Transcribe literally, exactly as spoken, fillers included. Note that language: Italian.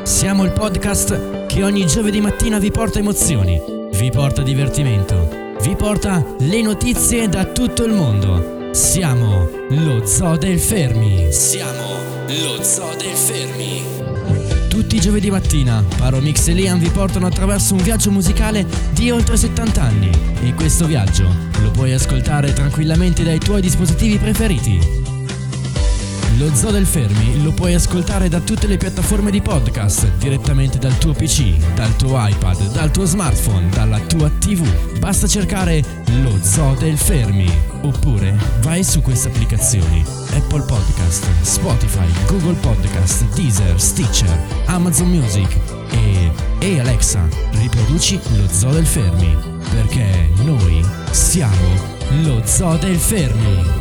Siamo il podcast che ogni giovedì mattina vi porta emozioni, vi porta divertimento, vi porta le notizie da tutto il mondo. Siamo lo Zoo del Fermi. Siamo lo Zoo del Fermi. Tutti i giovedì mattina Paro Mix e Liam vi portano attraverso un viaggio musicale di oltre settanta anni e questo viaggio lo puoi ascoltare tranquillamente dai tuoi dispositivi preferiti. Lo Zoo del Fermi lo puoi ascoltare da tutte le piattaforme di podcast, direttamente dal tuo P C, dal tuo iPad, dal tuo smartphone, dalla tua tivù. Basta cercare lo Zoo del Fermi, oppure vai su queste applicazioni: Apple Podcast, Spotify, Google Podcast, Deezer, Stitcher, Amazon Music e... Ehi Alexa, riproduci lo Zoo del Fermi, perché noi siamo lo Zoo del Fermi.